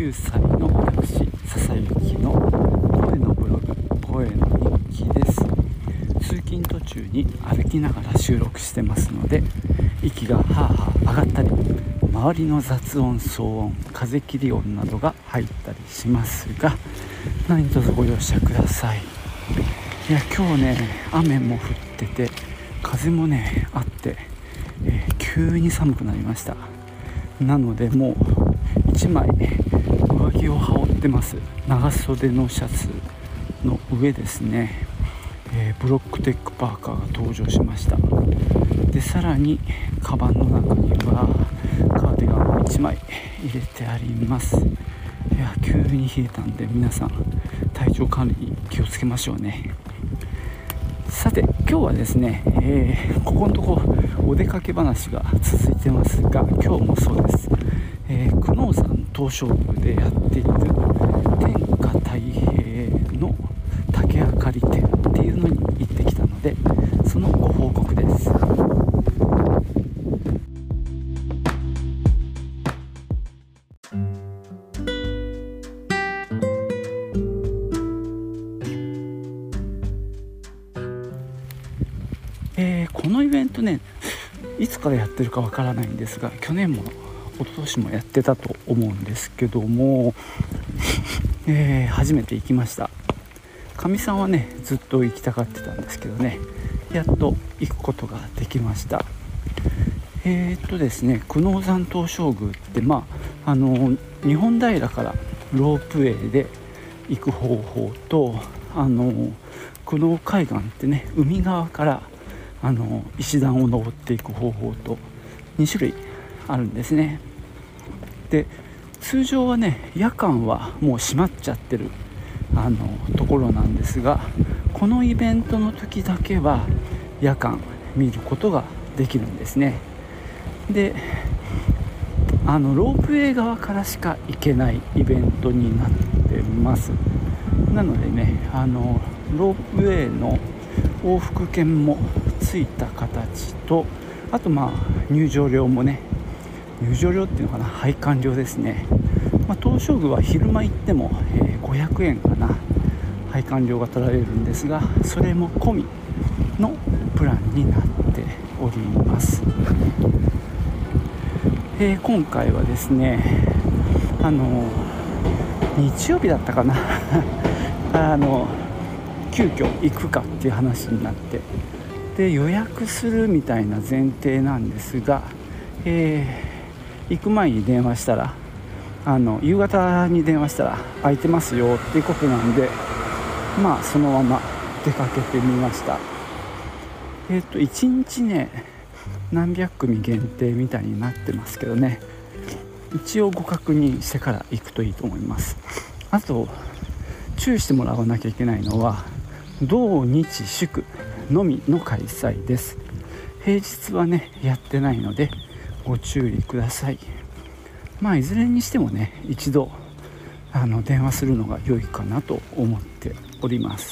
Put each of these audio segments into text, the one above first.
29歳の私笹雪の声のブログ声の日記です。通勤途中に歩きながら収録してますので、息がはあはあ上がったり、周りの雑音騒音風切り音などが入ったりしますが、何卒ご容赦ください。いや今日ね雨も降ってて風もねあって、急に寒くなりました。なのでもう1枚上着を羽織ってます。長袖のシャツの上ですね、ブロックテックパーカーが登場しました。でさらにカバンの中にはカーディガンを1枚入れてあります。いや急に冷えたんで皆さん体調管理に気をつけましょうね。さて今日はですね、ここのとこお出かけ話が続いてますが、今日もそうです。久能山東照宮でやっている天下太平の竹あかり展っていうのに行ってきたので、そのご報告です。このイベントねいつからやってるかわからないんですが、去年も一昨年もやってたと思うんですけども、初めて行きました。かみさんはねずっと行きたがってたんですけどね、やっと行くことができました。ですね久能山東照宮って日本平からロープウェイで行く方法と、久能海岸ってね海側から石段を登っていく方法と2種類あるんですね。で通常はね夜間はもう閉まっちゃってるところなんですが、このイベントの時だけは夜間見ることができるんですね。でロープウェイ側からしか行けないイベントになってます。なのでねロープウェイの往復券もついた形と、あと入場料もね、入場料っていうのかな、拝観料ですね。東照宮は昼間行っても、500円かな拝観料が取られるんですが、それも込みのプランになっております。今回はですね日曜日だったかな急遽行くかっていう話になって、で予約するみたいな前提なんですが、行く前に電話したら夕方に電話したら空いてますよっていうことなんで、そのまま出かけてみました。1日ね何百組限定みたいになってますけどね、一応ご確認してから行くといいと思います。あと注意してもらわなきゃいけないのは土日祝のみの開催です。平日はねやってないのでご注意ください。いずれにしてもね一度電話するのが良いかなと思っております。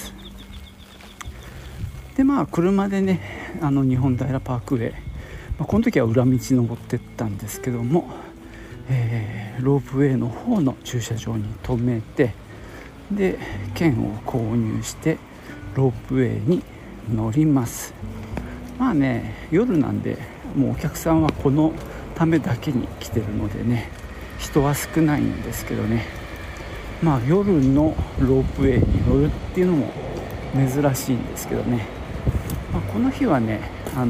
で車でね日本平パークウェイ、この時は裏道登ってったんですけども、ロープウェイの方の駐車場に止めて、で券を購入してロープウェイに乗ります。夜なんでもうお客さんはこのためだけに来てるのでね人は少ないんですけどね、夜のロープウェイに乗るっていうのも珍しいんですけどね、この日はね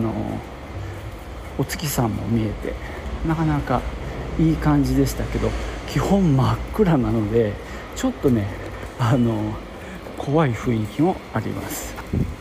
お月さんも見えてなかなかいい感じでしたけど、基本真っ暗なのでちょっとね怖い雰囲気もあります。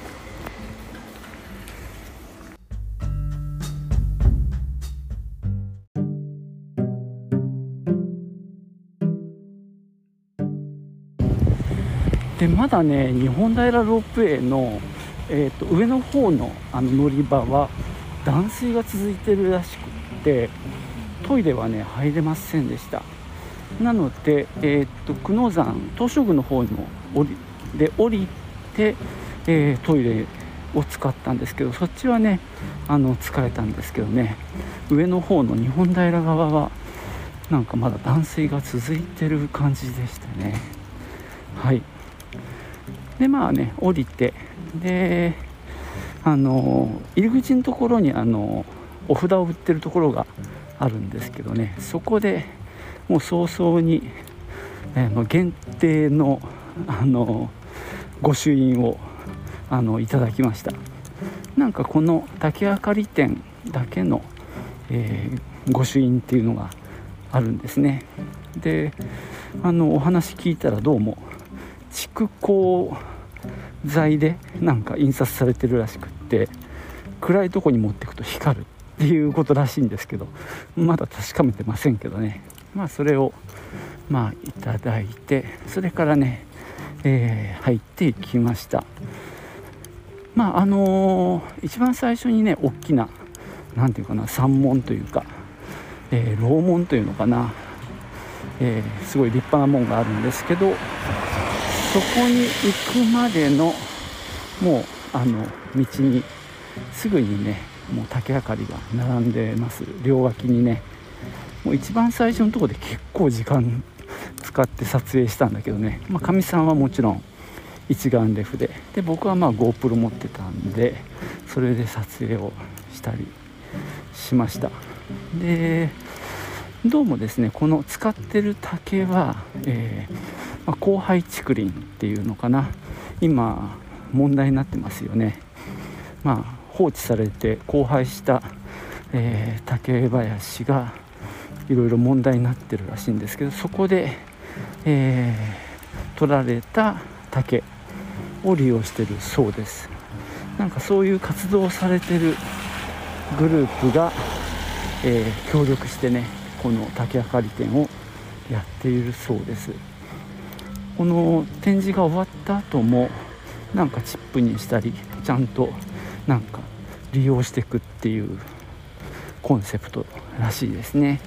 でまだね日本平ロープウェイの、上の方の乗り場は断水が続いてるらしくて、トイレはね入れませんでした。なので、久能山東照宮の方の降りて、トイレを使ったんですけど、そっちはね使えたんですけどね、上の方の日本平側はなんかまだ断水が続いてる感じでしたね。はい。でまあね降りて、で入り口のところにお札を売ってるところがあるんですけどね、そこでもう早々に、限定の御朱印をいただきました。なんかこの竹あかり店だけの、御朱印っていうのがあるんですね。でお話聞いたらどうも蓄光材でなんか印刷されてるらしくって、暗いとこに持っていくと光るっていうことらしいんですけど、まだ確かめてませんけどね。それをいただいて、それからね、入っていきました。一番最初にね大きななんていうかな山門というか、楼門というのかな、すごい立派な門があるんですけど、そこに行くまでのもう道にすぐにねもう竹あかりが並んでます。両脇にね、もう一番最初のところで結構時間使って撮影したんだけどね、かみさんはもちろん一眼レフで僕はGoPro 持ってたんで、それで撮影をしたりしました。でどうもですねこの使ってる竹は、荒廃竹林っていうのかな、今問題になってますよね。放置されて荒廃した、竹林がいろいろ問題になってるらしいんですけど、そこで、取られた竹を利用してるそうです。なんかそういう活動をされてるグループが、協力してねこの竹あかり店をやっているそうです。この展示が終わった後もなんかチップにしたりちゃんとなんか利用していくっていうコンセプトらしいですね。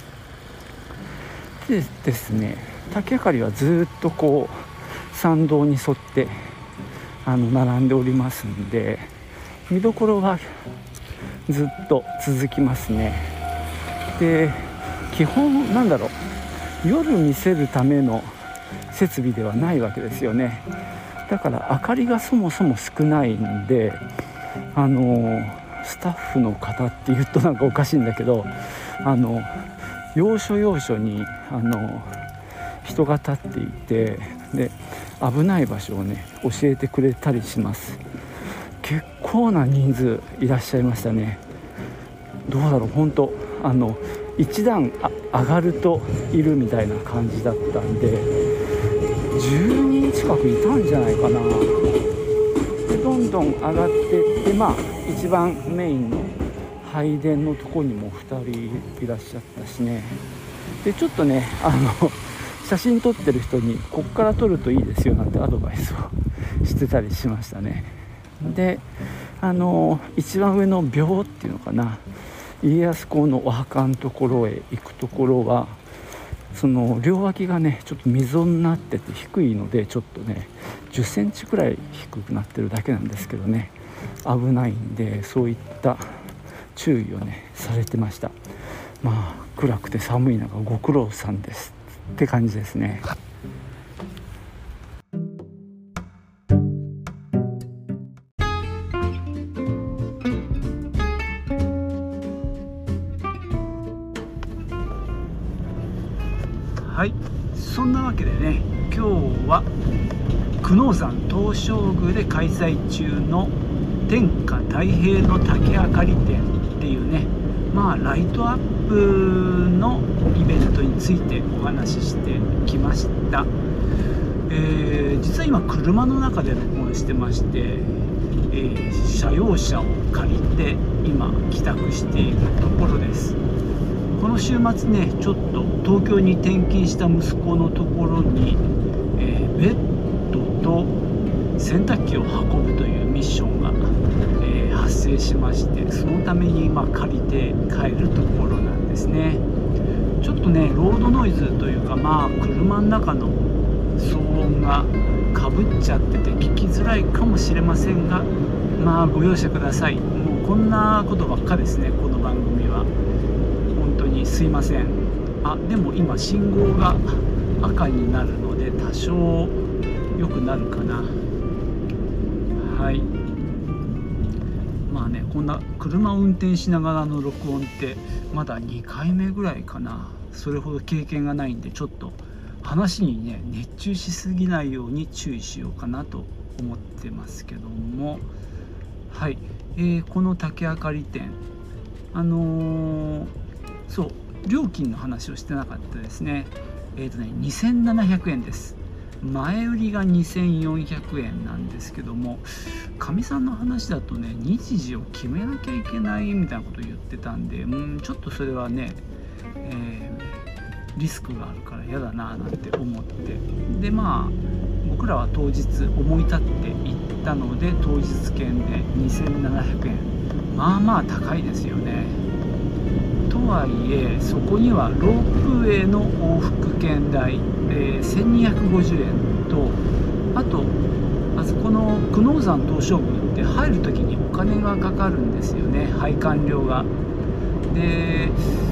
でですね竹あかりはずっとこう参道に沿って並んでおりますんで、見どころはずっと続きますね。で基本夜見せるための設備ではないわけですよね。だから明かりがそもそも少ないんで、スタッフの方って言うとなんかおかしいんだけど、要所要所に人が立っていて、で危ない場所をね教えてくれたりします。結構な人数いらっしゃいましたね。どうだろう、本当一段上がるといるみたいな感じだったんで10人近くいたんじゃないかな。でどんどん上がっていって、一番メインの拝殿のとこにも2人いらっしゃったしね。でちょっとね写真撮ってる人にこっから撮るといいですよなんてアドバイスをしてたりしましたね。で一番上の廟っていうのかな、家康公のお墓のところへ行くところはその両脇がねちょっと溝になってて低いので、ちょっとね10センチくらい低くなってるだけなんですけどね、危ないんでそういった注意をねされてました。暗くて寒い中ご苦労さんですって感じですね。はい、そんなわけでね今日は久能山東照宮で開催中の天下太平の竹あかり展っていうねライトアップのイベントについてお話ししてきました。実は今車の中で録音してまして、車用車を借りて今帰宅しているところです。この週末ねちょっと東京に転勤した息子のところに、ベッドと洗濯機を運ぶというミッションが、発生しまして、そのために今借りて帰るところなんですね。ちょっとねロードノイズというか車の中の騒音がかぶっちゃってて聞きづらいかもしれませんがご容赦ください。もうこんなことばっかですねこの番組は。本当にすいません。 でも今信号が赤になるので多少良くなるかな。はい。まあね、こんな車を運転しながらの録音ってまだ2回目ぐらいかな。それほど経験がないんで、ちょっと話にね熱中しすぎないように注意しようかなと思ってますけども、はい。この竹あかり店、そう、料金の話をしてなかったですね。2700円です。前売りが2400円なんですけども、かみさんの話だとね、日時を決めなきゃいけないみたいなことを言ってたんで、ちょっとそれはね、リスクがあるから嫌だななんて思って、でまあ僕らは当日思い立って行ったので、当日券で2700円、まあまあ高いですよね。とはいえそこにはロープウェイの往復券代、1250円と、あとあそこの久能山東照宮って入る時にお金がかかるんですよね、拝観料が。で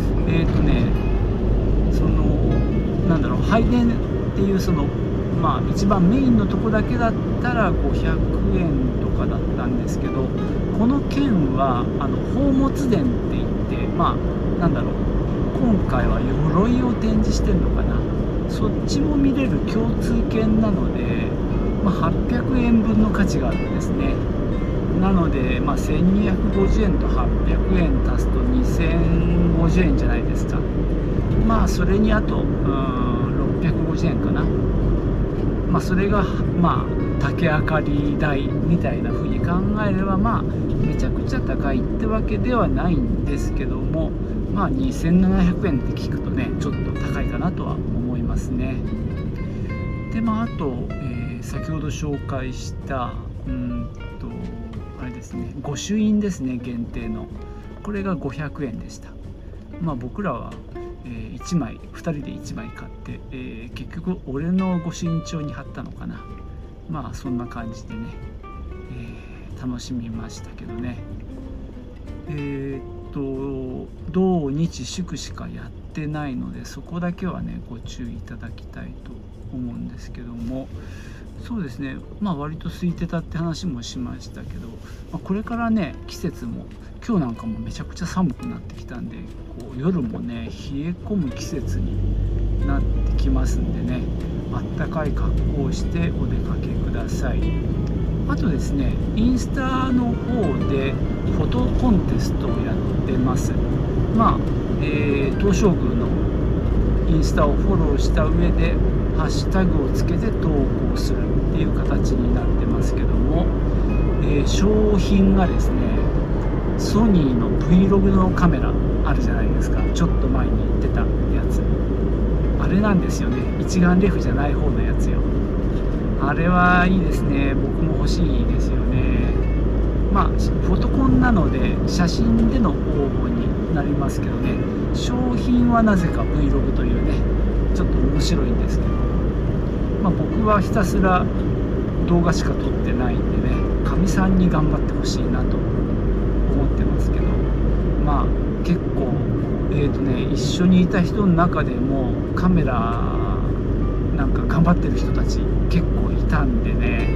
そのなんだろう、拝殿っていうその一番メインのとこだけだったら500円とかだったんですけど、この券は宝物殿って言って、なんだろう、今回は鎧を展示してるのかな、そっちも見れる共通券なので、800円分の価値があるんですね。なので、1250円と800円足すと2050円じゃないですか。それにあと650円かな。それが竹あかり代みたいな風に考えれば、めちゃくちゃ高いってわけではないんですけども、2700円って聞くとね、ちょっと高いかなとは思いますね。であと、先ほど紹介したあれですね、御朱印ですね、限定の、これが500円でした。僕らは1枚2人で1枚買って、結局俺の御朱印帳に貼ったのかな。そんな感じでね、楽しみましたけどね。土日祝しかやってないので、そこだけはねご注意いただきたいと思うんですけども、そうですね、割と空いてたって話もしましたけど、これからね季節も今日なんかもめちゃくちゃ寒くなってきたんで、夜もね冷え込む季節になってきますんでね、あったかい格好をしてお出かけください。あとですね、インスタの方でフォトコンテストをやってます。東照宮のインスタをフォローした上でハッシュタグをつけて投稿するっていう形になってますけども、商品がですね、ソニーの Vlog のカメラあるじゃないですか、ちょっと前に言ってたやつ、あれなんですよね、一眼レフじゃない方のやつよ。あれはいいですね、僕も欲しいですよね。フォトコンなので写真での応募になりますけどね、商品はなぜか Vlog というね、ちょっと面白いんですけど、僕はひたすら動画しか撮ってないんでね、かみさんに頑張ってほしいなと思ってますけど、結構一緒にいた人の中でもカメラなんか頑張ってる人たち結構いたんでね、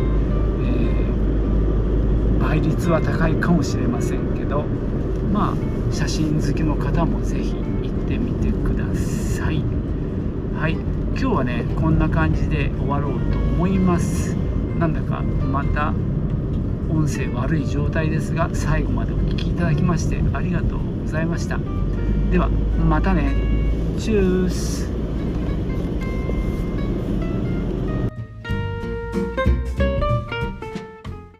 倍率は高いかもしれませんけど、写真好きの方もぜひ行ってみてください。はい、今日はねこんな感じで終わろうと思います。なんだかまた音声悪い状態ですが、最後までお聞きいただきましてありがとうございました。ではまたね。チュース。